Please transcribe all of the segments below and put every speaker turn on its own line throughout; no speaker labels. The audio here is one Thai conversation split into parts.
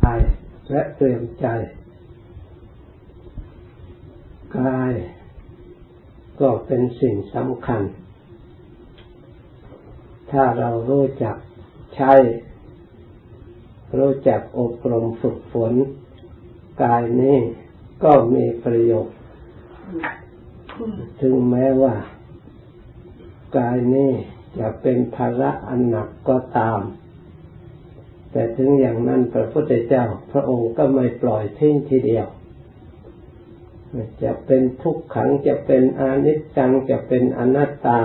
ายและเตรียมใจกายก็เป็นสิ่งสำคัญถ้าเรารู้จักใช้รู้จักอบรมฝึกฝนกายนี้ก็มีประโยชน์ถึงแม้ว่ากายนี้จะเป็นภาระอันหนักก็ตามแต่ถึงอย่างนั้นพระพุทธเจ้าพระองค์ก็ไม่ปล่อยทิ้งทีเดียวจะเป็นทุกขังจะเป็นอนิจจังจะเป็นอนัตตา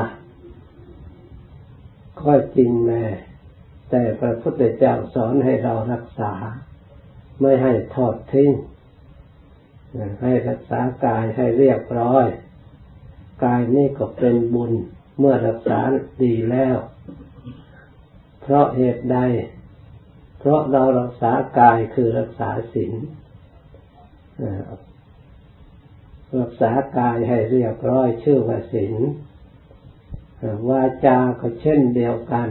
ก็จริงแน่แต่พระพุทธเจ้าสอนให้เรารักษาไม่ให้ทอดทิ้งให้รักษากายให้เรียบร้อยกายนี่ก็เป็นบุญเมื่อรักษาดีแล้วเพราะเหตุใดเพราะเรารักษากายคือรักษาศีลรักษากายให้เรียบร้อยชื่อว่าศีลวาจาก็เช่นเดียวกัน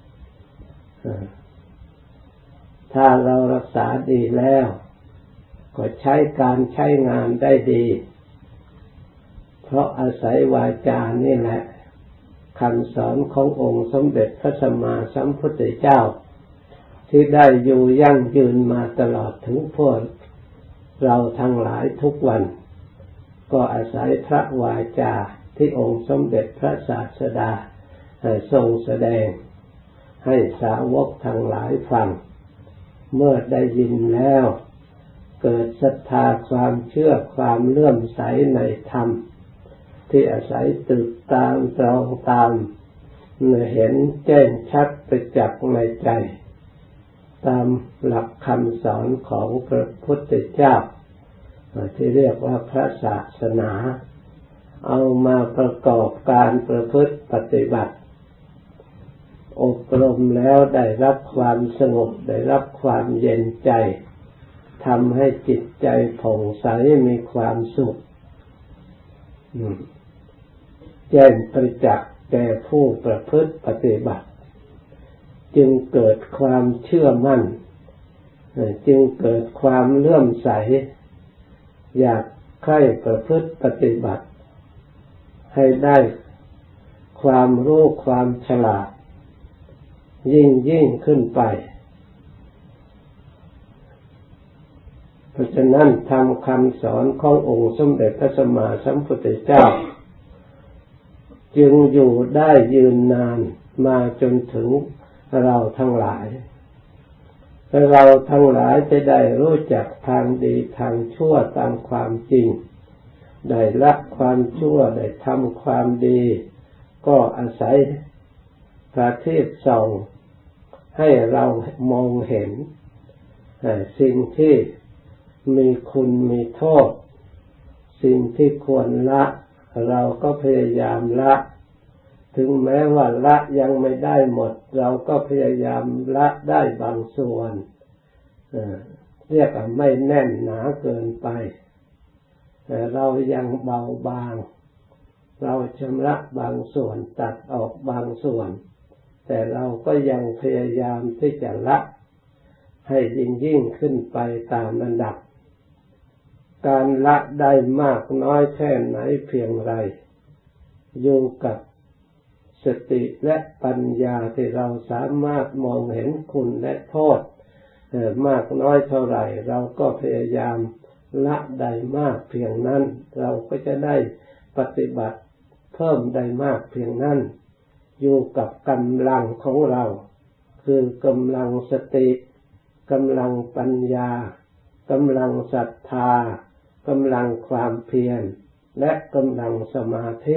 ถ้าเรารักษาดีแล้วก็ใช้การใช้งานได้ดีเพราะอาศัยวาจานี่แหละคำสอนขององค์สมเด็จพระสัมมาสัมพุทธเจ้าที่ได้อยู่ยั่งยืนมาตลอดถึงพวกเราทั้งหลายทุกวันก็อาศัยพระวาจาที่องค์สมเด็จพระศาสดาทรงแสดงให้สาวกทั้งหลายฟังเมื่อได้ยินแล้วเกิดศรัทธาความเชื่อความเลื่อมใสในธรรมที่อาศัยตึกตามตรองตามเห็นแจ้งชัดประจักษ์ในใจตามหลักคำสอนของพระพุทธเจ้าที่เรียกว่าพระศาสนาเอามาประกอบการประพฤติปฏิบัติอบรมแล้วได้รับความสงบได้รับความเย็นใจทำให้จิตใจผ่องใสมีความสุขแจ้งประจักษ์แก่ผู้ประพฤติปฏิบัติจึงเกิดความเชื่อมั่นจึงเกิดความเลื่อมใสอยากใคร่ประพฤติปฏิบัติให้ได้ความรู้ความฉลาดยิ่งขึ้นไปเพราะฉะนั้นทำคำสอนขององค์สมเด็จพระสัมมาสัมพุทธเจ้าจึงอยู่ได้ยืนนานมาจนถึงเราทั้งหลายเราทั้งหลายจะได้รู้จักทางดีทางชั่วตามความจริงได้ละความชั่วได้ทำความดีก็อาศัยพระเทศน์ส่องให้เรามองเห็นสิ่งที่มีคุณมีโทษสิ่งที่ควรละเราก็พยายามละถึงแม้ว่าละยังไม่ได้หมดเราก็พยายามละได้บางส่วนเรียกว่าไม่แน่นหนาเกินไปแต่เรายังเบาบางเราชำระบางส่วนตัดออกบางส่วนแต่เราก็ยังพยายามที่จะละให้ยิ่งขึ้นไปตามระดับการละได้มากน้อยแค่ไหนเพียงไรอยู่กับสติและปัญญาที่เราสามารถมองเห็นคุณและโทษมากน้อยเท่าไหร่เราก็พยายามละได้มากเพียงนั้นเราก็จะได้ปฏิบัติเพิ่มได้มากเพียงนั้นอยู่กับกำลังของเราคือกำลังสติกำลังปัญญากำลังศรัทธากำลังความเพียรและกำลังสมาธิ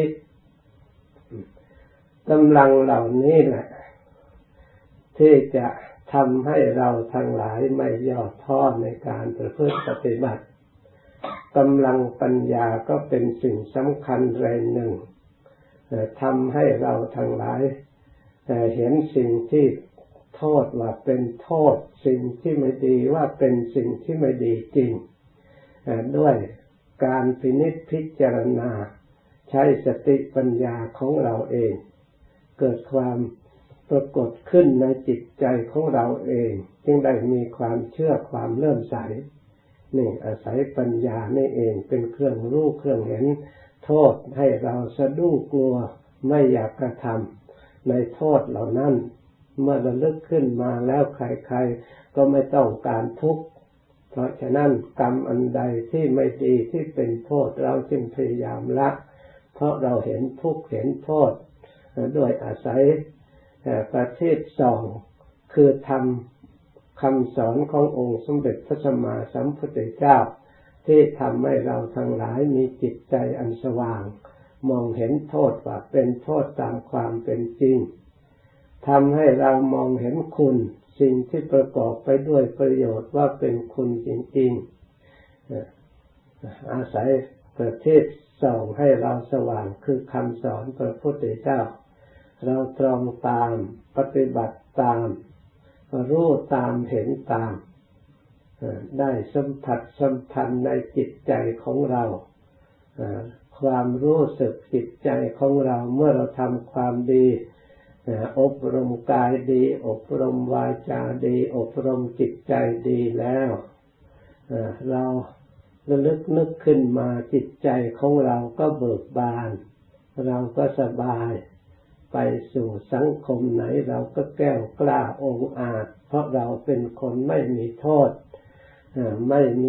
กำลังเหล่านี้แหละที่จะทำให้เราทั้งหลายไม่ย่อท้อในการประพฤติปฏิบัติกำลังปัญญาก็เป็นสิ่งสำคัญแรงหนึ่งทำให้เราทั้งหลายเห็นสิ่งที่โทษว่าเป็นโทษสิ่งที่ไม่ดีว่าเป็นสิ่งที่ไม่ดีจริงด้วยการพินิจพิจารณาใช้สติปัญญาของเราเองเกิดความปรากฏขึ้นในจิตใจของเราเองจึงได้มีความเชื่อความเลื่อมใสนี่อาศัยปัญญานี่เองเป็นเครื่องรู้เครื่องเห็นโทษให้เราสะดุ้งกลัวไม่อยากกระทำในโทษเหล่านั้นเมื่อระลึกขึ้นมาแล้วใครๆก็ไม่ต้องการทุกข์เพราะฉะนั้นกรรมอันใดที่ไม่ดีที่เป็นโทษเราจึงพยายามละเพราะเราเห็นทุกข์เห็นโทษด้วยอาศัยประทีปส่องคือทำคำสอนขององค์สมเด็จพระสัมมาสัมพุทธเจ้าที่ทำให้เราทั้งหลายมีจิตใจอันสว่างมองเห็นโทษว่าเป็นโทษตามความเป็นจริงทำให้เรามองเห็นคุณสิ่งที่ประกอบไปด้วยประโยชน์ว่าเป็นคุณจริงๆอาศัยประทีปส่องให้เราสว่างคือคำสอนพระพุทธเจ้าเราตรองตามปฏิบัติตามรู้ตามเห็นตามได้สัมผัสสัมพันธ์ในจิตใจของเราความรู้สึกจิตใจของเราเมื่อเราทำความดีอบรมกายดีอบรมวาจาดีอบรมจิตใจดีแล้วเราระลึกนึกขึ้นมาจิตใจของเราก็เบิกบานเราก็สบายไปสู่สังคมไหนเราก็แก้วกล้าองอาจเพราะเราเป็นคนไม่มีโทษไม่มี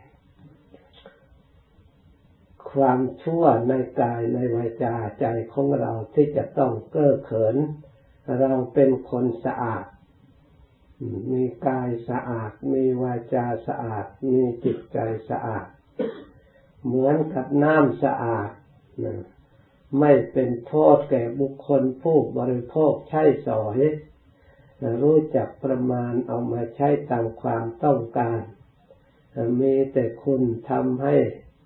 ความชั่วในกายในวาจาใจของเราที่จะต้องเก้อเขินเราเป็นคนสะอาดมีกายสะอาดมีวาจาสะอาดมีจิตใจสะอาดเหมือนกับน้ำสะอาดไม่เป็นโทษแก่บุคคลผู้บริโภคใช้สอยรู้จักประมาณเอามาใช้ตามความต้องการมีแต่คุณทำให้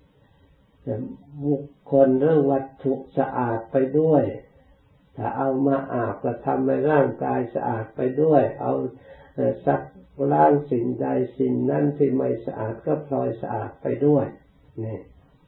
บุคคลหรือวัตถุสะอาดไปด้วยถ้าเอามาอาบก็ทำให้ร่างกายสะอาดไปด้วยเอาซักล้างสิ่งใดสิ่งนั้นที่ไม่สะอาดก็พลอยสะอาดไปด้วยนี่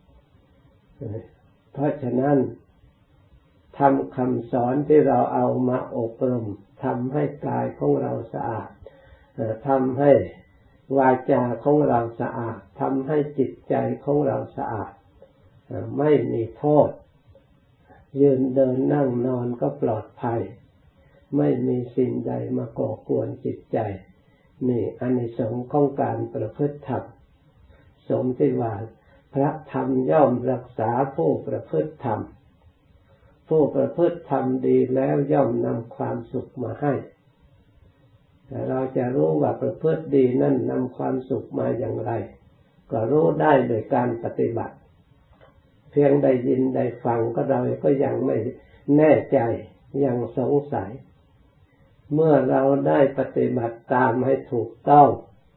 เพราะฉะนั้นทำคำสอนที่เราเอามาอบรมทำให้กายของเราสะอาดทำให้วาจาของเราสะอาดทำให้จิตใจของเราสะอาดไม่มีโทษยืนเดินนั่งนอนก็ปลอดภัยไม่มีสิ่งใดมาก่อกวนจิตใจนี่อานิสงส์ของการประพฤติธรรมสมที่ว่าพระธรรมย่อมรักษาผู้ประพฤติธรรมผู้ประพฤติธรรมดีแล้วย่อมนำความสุขมาให้แต่เราจะรู้ว่าประพฤติดีนั่นนำความสุขมาอย่างไรก็รู้ได้โดยการปฏิบัติเพียงได้ยินได้ฟังก็เราก็ยังไม่แน่ใจยังสงสัยเมื่อเราได้ปฏิบัติตามให้ถูกต้อง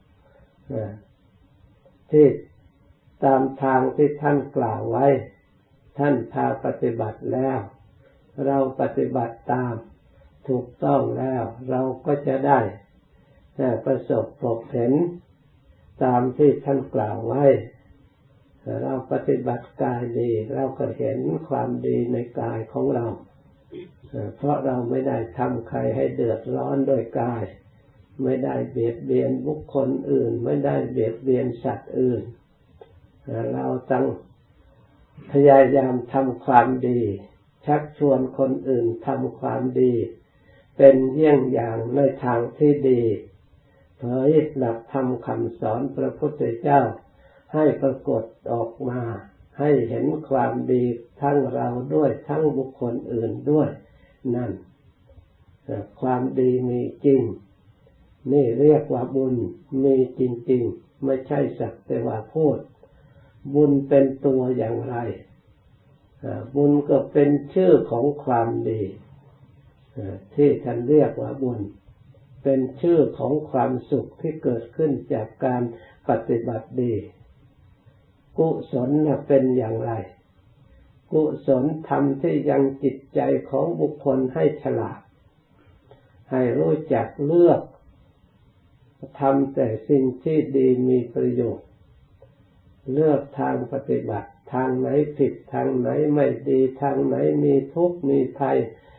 ที่ตามทางที่ท่านกล่าวไว้ท่านพาปฏิบัติแล้วเราปฏิบัติตามถูกต้องแล้วเราก็จะได้ประสบพบเห็นตามที่ท่านกล่าวไว้เราปฏิบัติกายดีเราก็เห็นความดีในกายของเราเพราะเราไม่ได้ทำใครให้เดือดร้อนโดยกายไม่ได้เบียดเบียนบุคคลอื่นไม่ได้เบียดเบียนสัตว์อื่นเราต้องพยายามทำความดีชักชวนคนอื่นทำความดีเป็นเยี่ยงอย่างในทางที่ดีเผยหลักธรรมคำสอนพระพุทธเจ้าให้ปรากฏออกมาให้เห็นความดีทั้งเราด้วยทั้งบุคคลอื่นด้วยนั่นความดีมีจริงนี่เรียกว่าบุญมีจริงๆไม่ใช่สักแต่ว่าพูดบุญเป็นตัวอย่างไรบุญก็เป็นชื่อของความดีที่ท่านเรียกว่าบุญเป็นชื่อของความสุขที่เกิดขึ้นจากการปฏิบัติดีกุศลเป็นอย่างไรกุศลธรรมที่ยังจิตใจของบุคคลให้ฉลาดให้รู้จักเลือกทำแต่สิ่งที่ดีมีประโยชน์เลือกทางปฏิบัติทางไหนผิดทางไหนไม่ดีทางไหนมีทุกข์มีภัย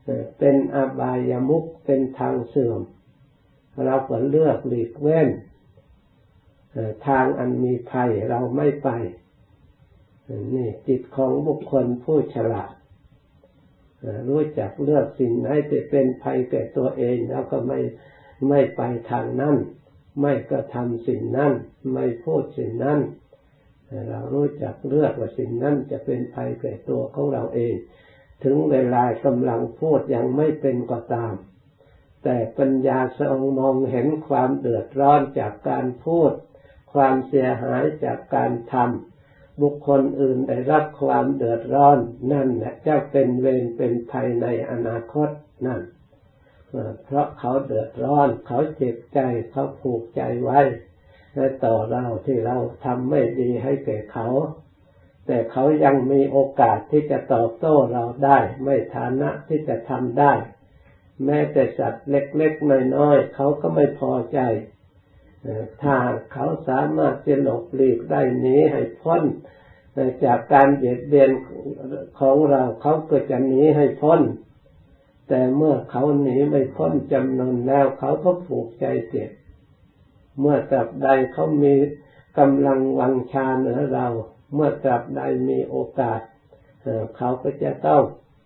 เป็นอบายมุขเป็นทางเสื่อมเราก็เลือกหลีกเว้นทางอันมีภัยเราไม่ไปนี่จิตของบุคคลผู้ฉลาดรู้จักเลือกสิ่งไหนที่เป็นภัยแก่ตัวเองแล้วก็ไม่ไปทางนั้นไม่กระทำสิ่งนั้นไม่พูดสิ่งนั้นเรารู้จักเลือกว่าสิ่งนั้นจะเป็นภัยแก่ตัวของเราเองถึงเวลากำลังพูดยังไม่เป็นก็ตามแต่ปัญญาทรงมองเห็นความเดือดร้อนจากการพูดความเสียหายจากการทำบุคคลอื่นได้รับความเดือดร้อนนั่นแหละจะเป็นเวรเป็นภัยในอนาคตนั่นเพราะเขาเดือดร้อนเขาเจ็บใจเขาผูกใจไว้ต่อเราที่เราทำไม่ดีให้แก่เขาแต่เขายังมีโอกาสที่จะตอบโต้เราได้ไม่ฐานะที่จะทำได้แม้แต่สัตว์เล็กๆน้อยๆเขาก็ไม่พอใจถ้าเขาสามารถจะหลบหลีกได้หนีให้พ้นจากการเบียดเบียนของเราเขาก็จะหนีให้พ้นแต่เมื่อเขาหนีไม่พ้นจำนวนแล้วเขาก็ผูกใจเจ็บเมื่อตราบใดเขามีกำลังวังชาเหนือเราเมื่อตราบใดมีโอกาสเขาก็จะต้อง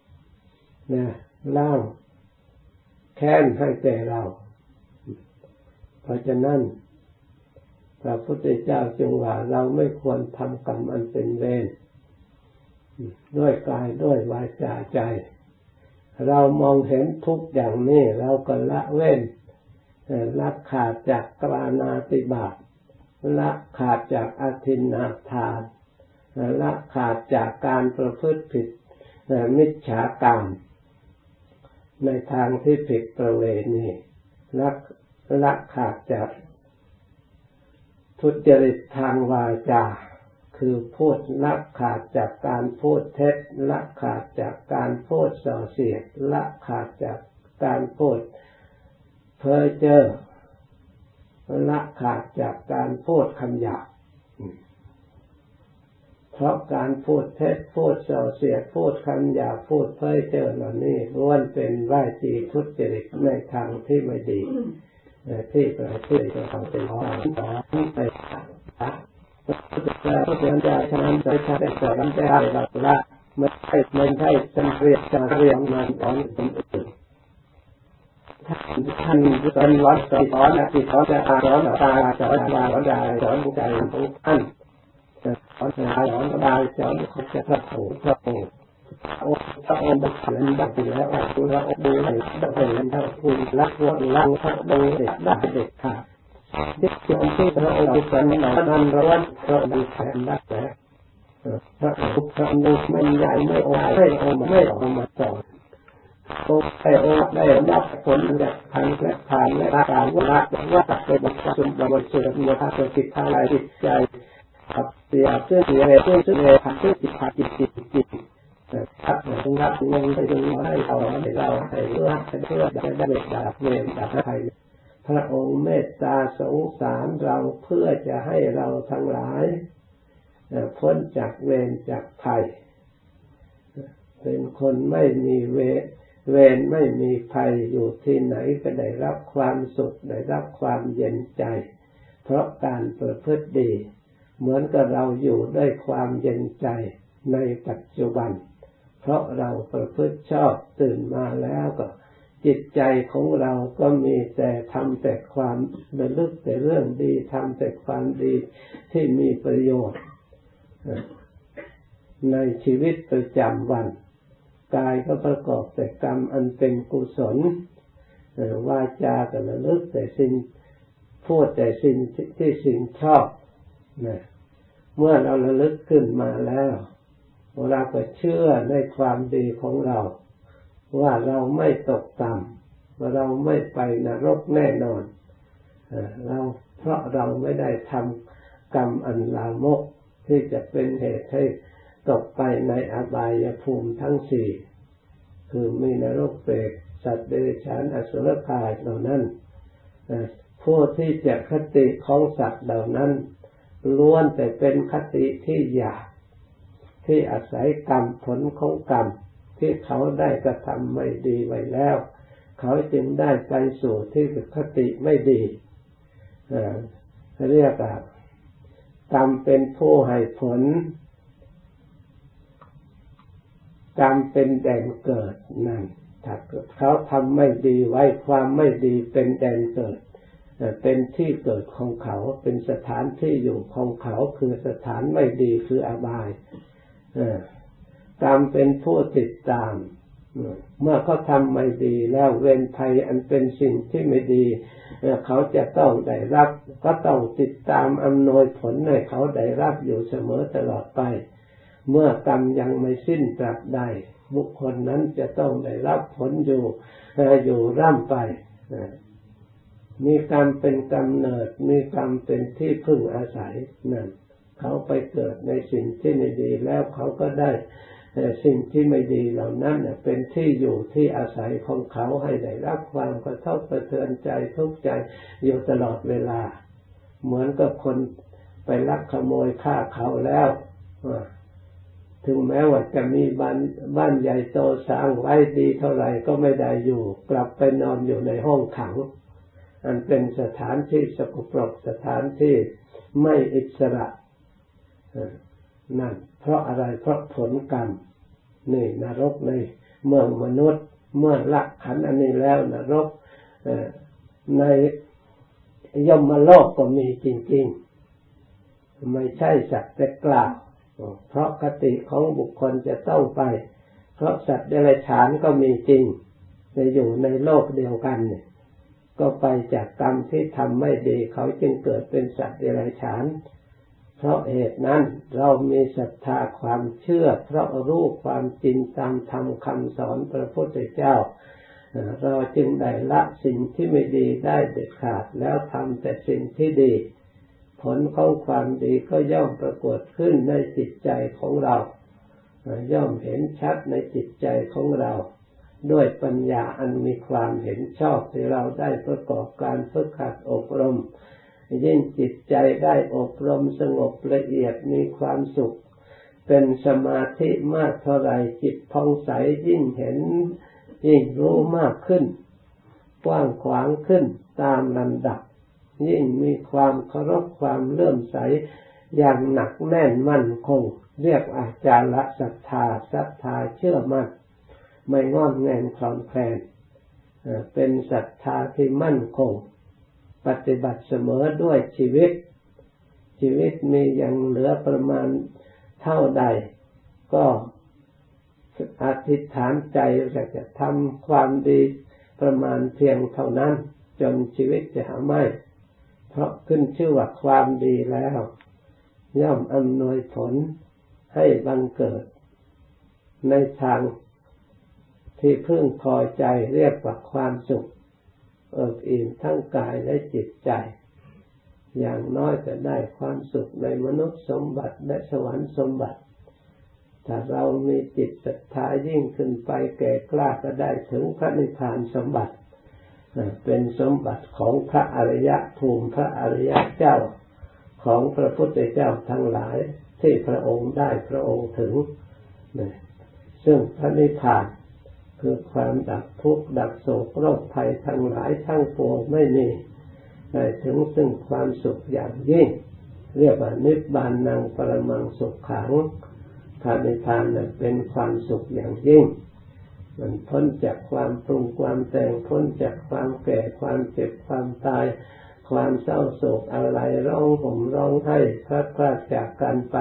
ล้างแค้นให้แก่เราเพราะฉะนั้นพระพุทธเจ้าจึงว่าเราไม่ควรทำกรรมอันเป็นเวรด้วยกายด้วยวาจาใจเรามองเห็นทุกอย่างนี้เราก็ละเว้นละขาดจากปาณาติบาตละขาดจากอทินนาทานละขาดจากการประพฤติผิดมิจฉากรรมในทางที่ผิดประเวณีละขาดจากทุจริตทางวาจาคือพูดละขาดจากการพูดเท็จละขาดจากการพูดส่อเสียดละขาดจากการพูดเพ้อเจ้อละขาดจากการพูดคำหยาบเพราะการพูดเท็จพูดส่อเสียดพูดคำหยาบพูดเพ้อเจ้อเหล่านี้ล้วนเป็นวาจีทุจริตในทางที่ไม่ดีที่ประพฤติเราเป็นความที่ไปแต่ก็เป็นการทำใจแต่สอนใจเราละไม่ใช่จำเรียนมาสอนคนอื่นท่านสอนวัดสอนที่สอนจะสอนตาสอนวาสอนใจสอนใจของท่านสอนใจสอนตาสอนเขาจะพระโอพระองค์บังคับบังคับแล้วดูแลดูให้ได้เป็นเท่าคุณรักวัดรักพระดูเด็กได้เด็กค่ะเด็กที่พระองค์สอนนั้นร้อนพระองค์แสนรักแต่พระองค์ไม่ใหญ่ไม่โอ้ไม่โอ้ไม่ออกมาสอนโอ้ได้รับผลจากทางและผ่านและการว่าเป็นบุคคลสุดบริสุทธิ์มีธรรมจิตทางจิตใจขับเสียเพื่อเสียเพื่อขับเพื่อจิตขับถึงรับเงินไปถึงให้เราให้เพื่อได้เด็กดาบเวรดาบไทยพระองค์เมตตาสงสารเราเพื่อจะให้เราทั้งหลายพ้นจากเวรจากภัยเป็นคนไม่มีเวรไม่มีภัยอยู่ที่ไหนก็ได้รับความสุขได้รับความเย็นใจเพราะการประพฤติดีเหมือนกับเราอยู่ด้วยความเย็นใจในปัจจุบันเพราะเราประพฤติชอบตื่นมาแล้วก็จิตใจของเราก็มีแต่ทำแต่ความระลึกแต่เรื่องดีทำแต่ความดีที่มีประโยชน์ในชีวิตประจำวันกายก็ประกอบแต่กรรมอันเป็นกุศลวาจาก็ระลึกแต่สิ่งพูดแต่สิ่งที่สิ่งชอบเมื่อเราระลึกขึ้นมาแล้วเราก็เชื่อในความดีของเราว่าเราไม่ตกต่ำว่าเราไม่ไปนรกแน่นอนเพราะเราไม่ได้ทำกรรมอันลามกที่จะเป็นเหตุให้ตกไปในอบายภูมิทั้งสี่คือมีนรกเปรตสัตว์เดรัจฉานอสุรกายเหล่านั้นผู้ที่จะคติของสัตว์เหล่านั้นล้วนแต่เป็นคติที่หยาบที่อาศัยกรรมผลของกรรมที่เขาได้กระทำไม่ดีไว้แล้วเขาจึงได้ไปสู่ที่คติไม่ดีเรียกว่ากรรมเป็นผู้ให้ผลกรรมเป็นแดนเกิดนั่นถ้าเขาทำไม่ดีไว้ความไม่ดีเป็นแดนเกิดเป็นที่เกิดของเขาเป็นสถานที่อยู่ของเขาคือสถานไม่ดีคืออบายกรรมเป็นผู้ติดตามเมื่อเขาทำไม่ดีแล้วเวรภัยอันเป็นสิ่งที่ไม่ดีเขาจะต้องได้รับก็ต้องติดตามอำนวยผลให้เขาได้รับอยู่เสมอตลอดไปเมื่อกรรมยังไม่สิ้นตราบใดบุคคลนั้นจะต้องได้รับผลอยู่ร่ำไปมีกรรมเป็นกำเนิดมีกรรมเป็นที่พึ่งอาศัยนั่นเขาไปเกิดในสิ่งที่ไม่ดีแล้วเขาก็ได้สิ่งที่ไม่ดีเหล่านั้นเป็นที่อยู่ที่อาศัยของเขาให้ได้รับความกระทบกระเทือนใจทุกข์ใจอยู่ตลอดเวลาเหมือนกับคนไปลักขโมยฆ่าเขาแล้วถึงแม้ว่าจะมีบ้านใหญ่โตสร้างไว้ดีเท่าไหร่ก็ไม่ได้อยู่กลับไปนอนอยู่ในห้องขังอันเป็นสถานที่สกปรกสถานที่ไม่อิสระนั่นเพราะอะไรเพราะผลกรรมนี่นรกในเมืองมนุษย์เมื่อละขันธ์อันนี้แล้วนรกในยมโลกก็มีจริงๆไม่ใช่สักแต่กล่าวเพราะคติของบุคคลจะต้องไปเพราะสัตว์เดรัจฉานก็มีจริงจะอยู่ในโลกเดียวกันเนี่ยก็ไปจากกรรมที่ทำไม่ดีเขาจึงเกิดเป็นสัตว์เดรัจฉานเพราะเหตุนั้นเรามีศรัทธาความเชื่อเพราะรู้ความจริงตามธรรมคำสอนพระพุทธเจ้าเราจึงได้ละสิ่งที่ไม่ดีได้เด็ดขาดแล้วทำแต่สิ่งที่ดีผลของความดีก็ย่อมปรากฏขึ้นในจิตใจของเราย่อมเห็นชัดในจิตใจของเราด้วยปัญญาอันมีความเห็นชอบที่เราได้ประกอบการฝึกหัดอบรมยิ่งจิตใจได้อบรมสงบละเอียดมีความสุขเป็นสมาธิมากเท่าไรจิตผ่องใสยิ่งเห็นยิ่งรู้มากขึ้นกว้างขวางขึ้นตามลำดับยิ่งมีความเคารพความเลื่อมใสอย่างหนักแน่นมั่นคงเรียกอาจารย์ศรัทธาเชื่อมั่นไม่งอนแงนคลอนแคลนเป็นศรัทธาที่มั่นคงปฏิบัติเสมอด้วยชีวิตมียังเหลือประมาณเท่าใดก็อธิษฐานใจจะทำความดีประมาณเพียงเท่านั้นจนชีวิตจะหาไม่เพราะขึ้นชื่อว่าความดีแล้วย่อมอำนวยผลให้บังเกิดในทางที่พึงพอใจเรียกว่าความสุขเอิบอิ่มทั้งกายและจิตใจอย่างน้อยจะได้ความสุขในมนุษย์สมบัติและสวรรค์สมบัติถ้าเรามีจิตศรัทธายิ่งขึ้นไปแก่กล้าก็ได้ถึงพระนิพพานสมบัติเป็นสมบัติของพระอริยภูมิพระอริยเจ้าของพระพุทธเจ้าทั้งหลายที่พระองค์ได้พระองค์ถึงซึ่งพระนิพพานคือความดับทุกข์ดับโศกโรคภัยทั้งหลายทั้งปวงไม่มีได้ถึงซึ่งความสุขอย่างยิ่งเรียกว่านิพพานังปรมังสุขขังพระนิพพานเป็นความสุขอย่างยิ่งมันพ้นจากความปรุงความแต่งพ้นจากความแก่ความเจ็บความตายความเศร้าโศกอะไรร้องห่มร้องไห้พลัดพรากจากกันไป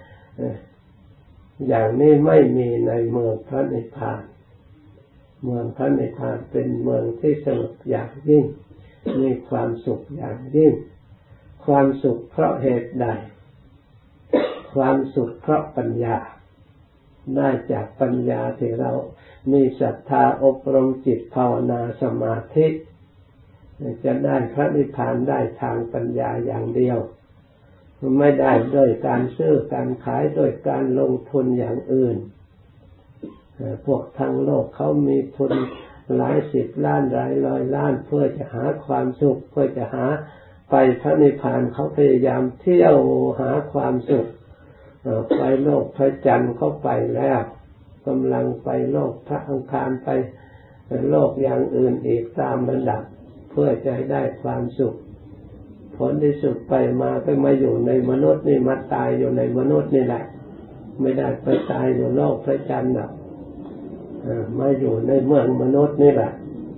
อย่างนี้ไม่มีในเมืองพระนิพพานเมืองพระนิพพานเป็นเมืองที่สงบอย่างยิ่งมีความสุขอย่างยิ่งความสุขเพราะเหตุใดความสุขเพราะปัญญาได้จากปัญญาที่เรามีศรัทธาอบรมจิตภาวนาสมาธิจะได้พระนิพพานได้ทางปัญญาอย่างเดียวไม่ได้ด้วยการซื้อการขายด้วยการลงทุนอย่างอื่นพวกทางโลกเขามีทุนหลายสิบล้านหลายร้อยล้านเพื่อจะหาความสุขเพื่อจะหาไปพระนิพพานเขาพยายามเที่ยวหาความสุขไปโลกพระจันทร์เขาไปแล้วกำลังไปโลกพระอังคารไปโลกอย่างอื่นอีกตามระดับเพื่อจะให้ได้ความสุขผลที่สุดไปมาก็มาอยู่ในมนุษย์นี่มาตายอยู่ในมนุษย์นี่แหละไม่ได้ไปตายอยู่โลกพระจันทร์หรอกมาอยู่ในเมืองมนุษย์นี่แหละ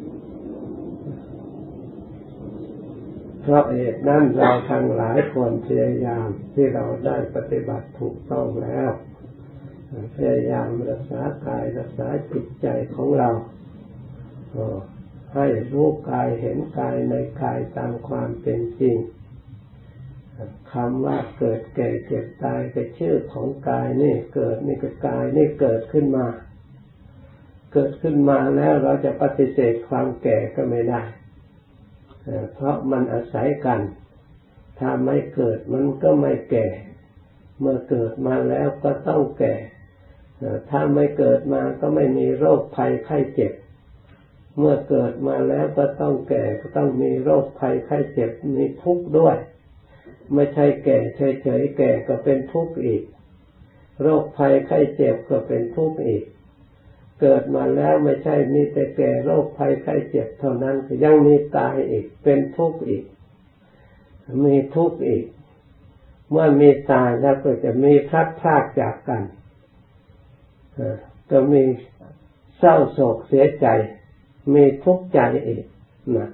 เพราะเหตุนั้นเราทั้งหลายควรพยายามที่เราได้ปฏิบัติถูกต้องแล้วพยายามรักษากายรักษาจิตใจของเราให้รู้กายเห็นกายในกายตามความเป็นจริงคำว่าเกิดแก่เจ็บตายก็ชื่อของกายนี่เกิดนี่ก็กายนี่เกิดขึ้นมาแล้วเราจะปฏิเสธความแก่ก็ไม่ได้เพราะมันอาศัยกันถ้าไม่เกิดมันก็ไม่แก่เมื่อเกิดมาแล้วก็ต้องแก่ถ้าไม่เกิดมาก็ไม่มีโรคภัยไข้เจ็บเมื่อเกิดมาแล้วก็ต้องแก่ก็ต้องมีโรคภัยไข้เจ็บมีทุกข์ด้วยไม่ใช่แก่เฉยๆแก่ก็เป็นทุกข์อีกโรคภัยไข้เจ็บก็เป็นทุกข์อีกเกิดมาแล้วไม่ใช่มีแต่แก่โรคภัยไข้เจ็บเท่านั้นก็ยังมีตายอีกเป็นทุกข์อีกมีทุกข์อีกเมื่อมีตายแล้วก็จะมีพลัดพรากจากกันก็มีเศร้าโศกเสียใจมีทุกข์ใจอีกนะ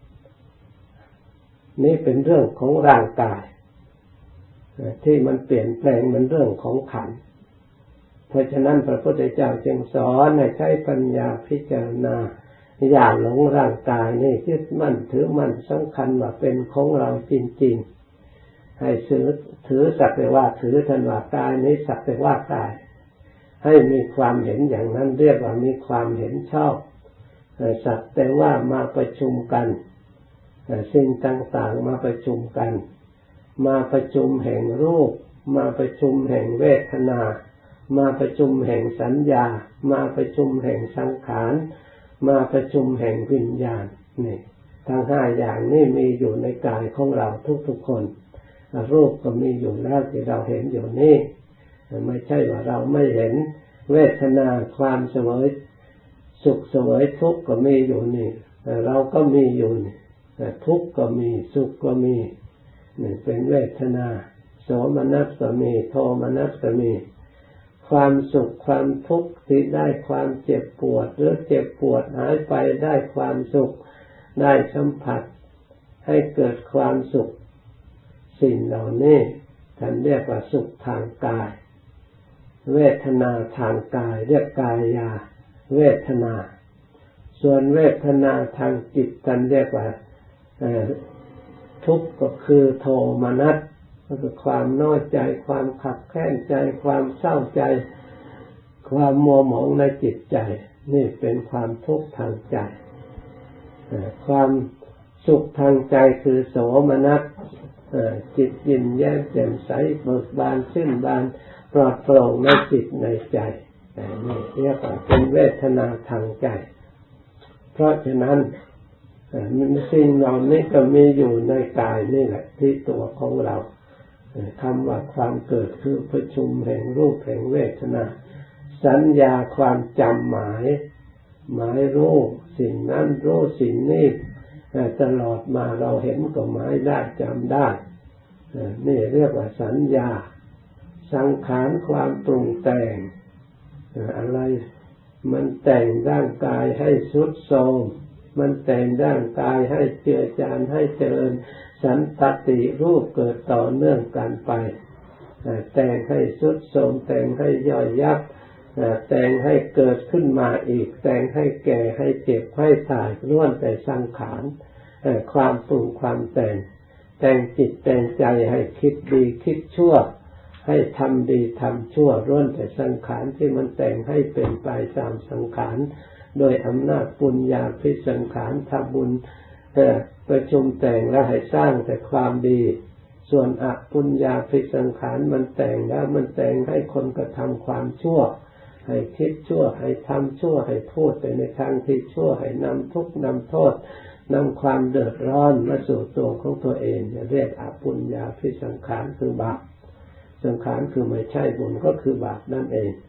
นี่เป็นเรื่องของร่างกายที่มันเปลี่ยนแปลงมันเรื่องของขันธ์เพราะฉะนั้นพระพุทธเจ้าจึงสอนให้ใช้ปัญญาพิจารณาอย่าหลงร่างกายนี่ยึดมั่นถือมั่นสำคัญว่าเป็นของเราจริงๆให้ถือสักแต่ว่าถือทันว่ากายนี้สักแต่ว่ากายให้มีความเห็นอย่างนั้นเรียกว่ามีความเห็นชอบสักแต่ว่ามาประชุมกันสิ่งต่างๆมาประชุมกันมาประชุมแห่งรูปมาประชุมแห่งเวทนามาประชุมแห่งสัญญามาประชุมแห่งสังขารมาประชุมแห่งวิญญาณนี่ทั้งห้าอย่างนี้มีอยู่ในกายของเราทุกๆคนรูปก็มีอยู่แล้วที่เราเห็นอยู่นี่ไม่ใช่ว่าเราไม่เห็นเวทนาความเสวยสุขเสวยทุกข์ก็มีอยู่นี่เราก็มีอยู่นี่ทุกข์ก็มีสุขก็มีนี่เป็นเวทนาโสมนัสก็มีโทมนัสก็มีความสุขความทุกข์ที่ได้ความเจ็บปวดหรือเจ็บปวดหายไปได้ความสุขได้สัมผัสให้เกิดความสุขสิ่งเหล่านี้ท่านเรียกว่าสุขทางกายเวทนาทางกายเรียกกายาเวทนาส่วนเวทนาทางจิตท่านเรียกว่าทุกข์ก็คือโทมนัสก็คือความน้อยใจความขับแค้นใจความเศร้าใจความมัวหมองในจิตใจนี่เป็นความทุกข์ทางใจความสุขทางใจคือโสมนัสจิตยิ้มแย้มแจ่มใสเบิกบานชื่นบานปลอดโปร่งในจิตในใจนี่เรียกว่าเป็นเวทนาทางใจเพราะฉะนั้นสิ่งเหล่านี้ก็มีอยู่ในกายนี่แหละที่ตัวของเราคำว่าความเกิดคือประชุมแห่งรูปแห่งเวทนาสัญญาความจำหมายรู้สิ่งนั้นรู้สิ่งนี้ตลอดมาเราเห็นก็หมายได้จำได้นี่เรียกว่าสัญญาสังขารความปรุงแต่งอะไรมันแต่งร่างกายให้ทรุดโทรมมันแต่งร่างกายให้เจือจางให้เจริญสันตติรูปเกิดต่อเนื่องกันไปแต่งให้ทรุดโทรมแต่งให้ย่อยยับแต่งให้เกิดขึ้นมาอีกแต่งให้แก่ให้เจ็บให้ตายล้วนแต่สังขารความปรุงความแต่งจิตแต่งใจให้คิดดีคิดชั่วให้ทำดีทำชั่วล้วนแต่สังขารที่มันแต่งให้เป็นไปตามสังขารโดยอำนาจปุญญาภิสังขารทำบุญประชุมแต่งและให้สร้างแต่ความดีส่วนอปุญญาภิสังขารมันแต่งแล้วมันแต่งให้คนกระทำความชั่วให้คิดชั่วให้ทำชั่วให้พูดไปในทางที่ชั่วให้นำทุกข์นำโทษนำความเดือดร้อนมาสู่ตัวของตัวเองเรียกอปุญญาภิสังขารคือบาปสังขารคือไม่ใช่บุญก็คือบาปนั่นเอง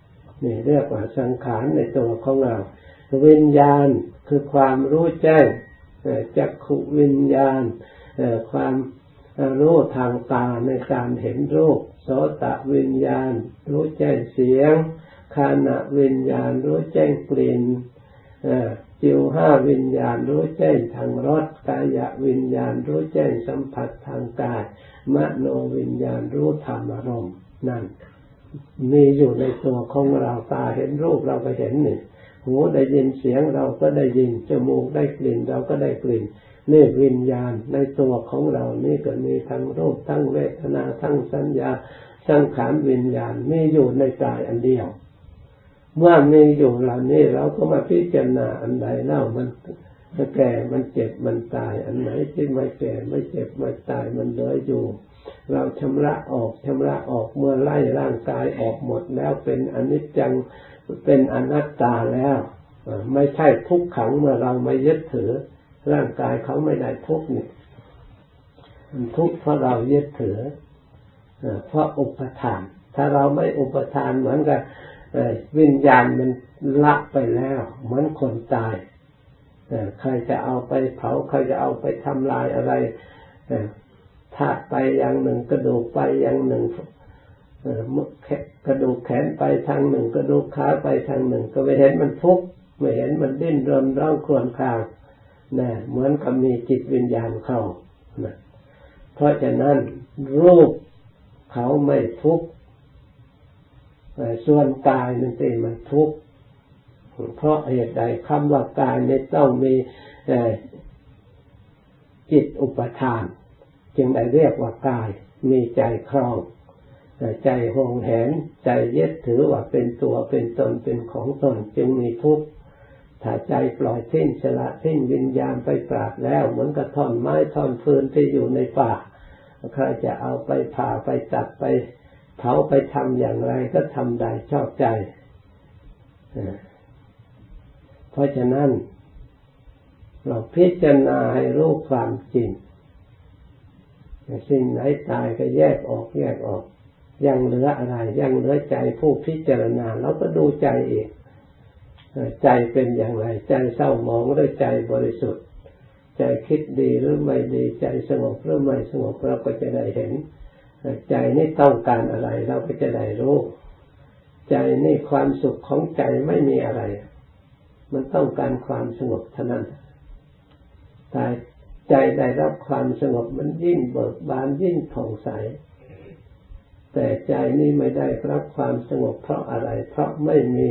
นี่เรียกว่าสังขารในตัวของเราวิญญาณคือความรู้แจ้งจักขุวิญญาณความรู้ทางตาในการเห็นรูปโสตวิญญาณรู้แจ้งเสียงฆานวิญญาณรู้แจ้งกลิ่นจิวห้าวิญญาณรู้แจ้งทางรสกายวิญญาณรู้แจ้งสัมผัสทางกายมโนวิญญาณรู้ธรรมอารมณ์นั่นมีอยู่ในตัวของเราตาเห็นรูปเราก็เห็นนี่หูได้ยินเสียงเราก็ได้ยินจมูกได้กลิ่นเราก็ได้กลิ่นนี่วิญญาณในตัวของเรานี่ก็มีทั้งรูปทั้งเวทนาทั้งสัญญาสังขารวิญญาณมีอยู่ในกายอันเดียวเมื่อมีอยู่เหล่านี้เราก็มาพิจารณาอันใดเล่ามันแก่มันเจ็บมันตายอันไหนที่ไม่แก่ไม่เจ็บไม่ตายมันเหลืออยู่เราชำระออกเมื่อไล่ร่างกายออกหมดแล้วเป็นอนิจจังเป็นอนัตตาแล้วไม่ใช่ทุกขังเมื่อเราไม่ยึดถือร่างกายเขาไม่ได้ทุกข์นี่มันทุกข์เพราะเรายึดถือเพราะอุปทานถ้าเราไม่อุปทานเหมือนกับวิญญาณมันละไปแล้วเหมือนคนตายใครจะเอาไปเผาใครจะเอาไปทำลายอะไรธาตุไปอย่างหนึ่งกระดูกไปอย่างหนึ่งกระดูกแขนไปทางหนึ่งกระดูกขาไปทางหนึ่งก็ไม่เห็นมันทุกข์ไม่เห็นมันดิ้นรนร้องครวญครางเหมือนกับมีจิตวิญญาณเข้าเพราะฉะนั้นรูปเขาไม่ทุกข์ส่วนกายนั่นเองมันทุกข์เพราะเหตุใดคำว่ากายนี่ต้องมีจิตอุปทานจึงได้เรียกว่ากายมีใจครองใจหวงแหนใจยึดถือว่าเป็นตัวเป็นตนเป็นของตนจึงมีทุกข์ถ้าใจปล่อยทิ้งสละทิ้งวิญญาณไปปราบแล้วเหมือนกับท่อนไม้ท่อนฟืนที่อยู่ในป่าใครจะเอาไปผ่าไปตัดไปเผาไปทำอย่างไรก็ทำได้ชอบใจเพราะฉะนั้นเราพิจารณาให้รู้ความจริงสิ่งไหนตายก็แยกออกยังเหลืออะไรยังเหลือใจผู้พิจารณาเราก็ดูใจเองใจเป็นอย่างไรใจเศร้าหมองหรือใจบริสุทธิ์ใจคิดดีหรือไม่ดีใจสงบหรือไม่สงบเราก็จะได้เห็นใจนี่ต้องการอะไรเราก็จะได้รู้ใจนี่ความสุขของใจไม่มีอะไรมันต้องการความสงบเท่านั้นแต่ใจได้รับความสงบมันยิ่งเบิกบานยิ่งผ่องใสแต่ใจนี่ไม่ได้รับความสงบเพราะอะไรเพราะไม่มี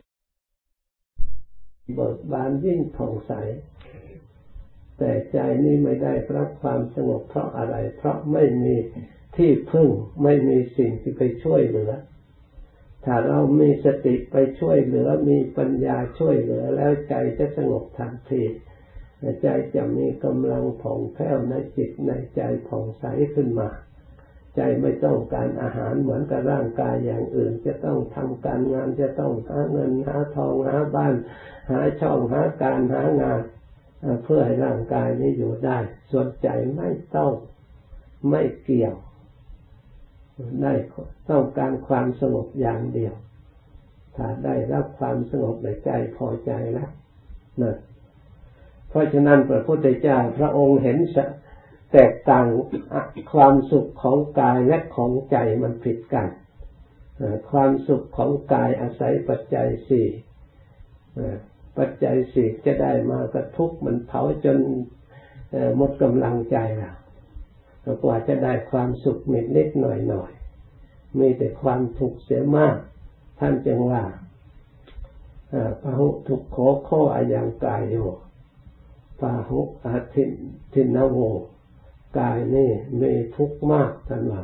เบิกบานยิ่งผ่องใสแต่ใจนี่ไม่ได้รับความสงบเพราะอะไรเพราะไม่มีที่พึ่งไม่มีสิ่งที่ไปช่วยเหลือถ้าเรามีสติไปช่วยเหลือมีปัญญาช่วยเหลือแล้วใจจะสงบทันทีใจจะมีกำลังผ่องแผ้วในจิตในใจผ่องใสขึ้นมาใจไม่ต้องการอาหารเหมือนกับร่างกายอย่างอื่นจะต้องทำการงานจะต้องหาเงินหาทองหาบ้านหาช่องหาการหางานเพื่อให้ร่างกายนี้อยู่ได้ส่วนใจไม่ต้องไม่เกี่ยวได้ต้องการความสงบอย่างเดียวถ้าได้รับความสงบในใจพอใจแล้วนะเพราะฉะนั้นพระพุทธเจ้าพระองค์เห็นแตกต่างความสุขของกายและของใจมันผิดกันความสุขของกายอาศัยปัจจัยสี่ปัจจัยสี่จะได้มาก็ทุกข์มันเผาจนหมดกำลังใจแล้วกว่าจะได้ความสุขนิดๆหน่อยๆมีแต่ความทุกข์เสียมากท่านจึงว่าพหุทุกโขโคอายังกายโยพหุอาทินโวกายนี่มีทุกข์มากท่านว่า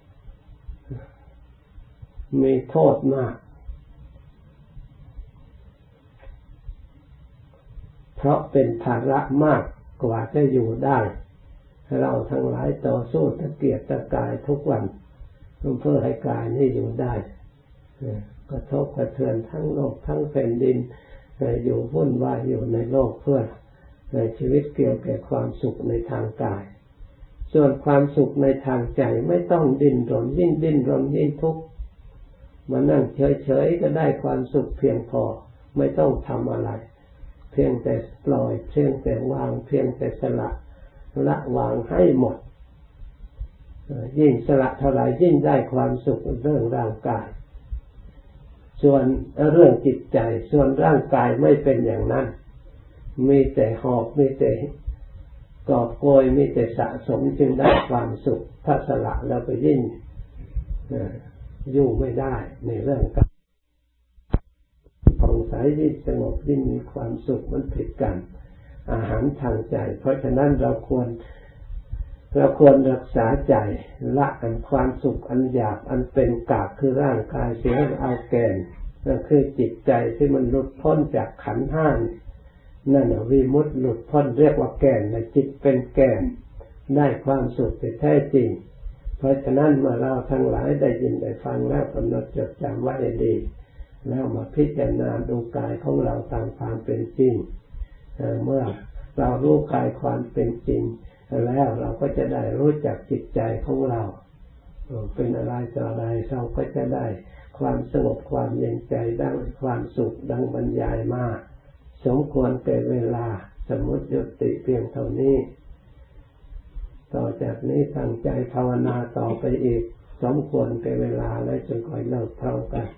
มีโทษมากเพราะเป็นภาระมากกว่าจะอยู่ได้เราทั้งหลายต่อสู้ตะเกียกตะกายทุกวันเพื่อให้กายนี้อยู่ได้กระทบกระเทือนทั้งโลกทั้งแผ่นดินอยู่วุ่นวายอยู่ในโลกเพื่อชีวิตเกี่ยวกับความสุขในทางกายส่วนความสุขในทางใจไม่ต้องดิ้นรนยิ่งดิ้นรนยิ่งทุกข์มานั่งเฉยๆก็ได้ความสุขเพียงพอไม่ต้องทำอะไรเพียงแต่ปล่อยเพียงแต่วางเพียงแต่สละวางให้หมดยิ่งสละเท่าไหร่ยิ่งได้ความสุขเรื่องร่างกายส่วนเรื่องจิตใจส่วนร่างกายไม่เป็นอย่างนั้นมีแต่หอบมีแต่กอบโกยมีแต่สะสมจึงได้ความสุขถ้าสละแล้วก็ยิ่งอยู่ไม่ได้ในเรื่องการผ่องใสยิ่งสงบยิ่งมีความสุขมันผิดกันอาหารทางใจเพราะฉะนั้นเราควรรักษาใจละกันความสุขอันหยาบอันเป็นกากคือร่างกายเสียเอาแก่นนั่นคือจิตใจที่มันหลุดพ้นจากขันธ์ห้านั่นวิมุตติหลุดพ้นเรียกว่าแก่นนะจิตเป็นแก่นได้ความสุขที่แท้จริงเพราะฉะนั้นเมื่อเราทั้งหลายได้ยินได้ฟังแล้วกำหนดจดจำไว้ให้ดีแล้วมาพิจารณาดูกายของเราตามความเป็นจริงเมื่อเรารู้กายความเป็นจริงแล้วเราก็จะได้รู้จักจิตใจของเราเป็นอะไรต่ออะไรเราก็จะได้ความสงบความเย็นใจดังความสุขดังบรรยายมาสมควรแก่เวลาสมมุติยุติเพียงเท่านี้ต่อจากนี้ตั้งใจภาวนาต่อไปอีกสมควรแก่เวลาและจึงค่อยเลิกพร้อมกัน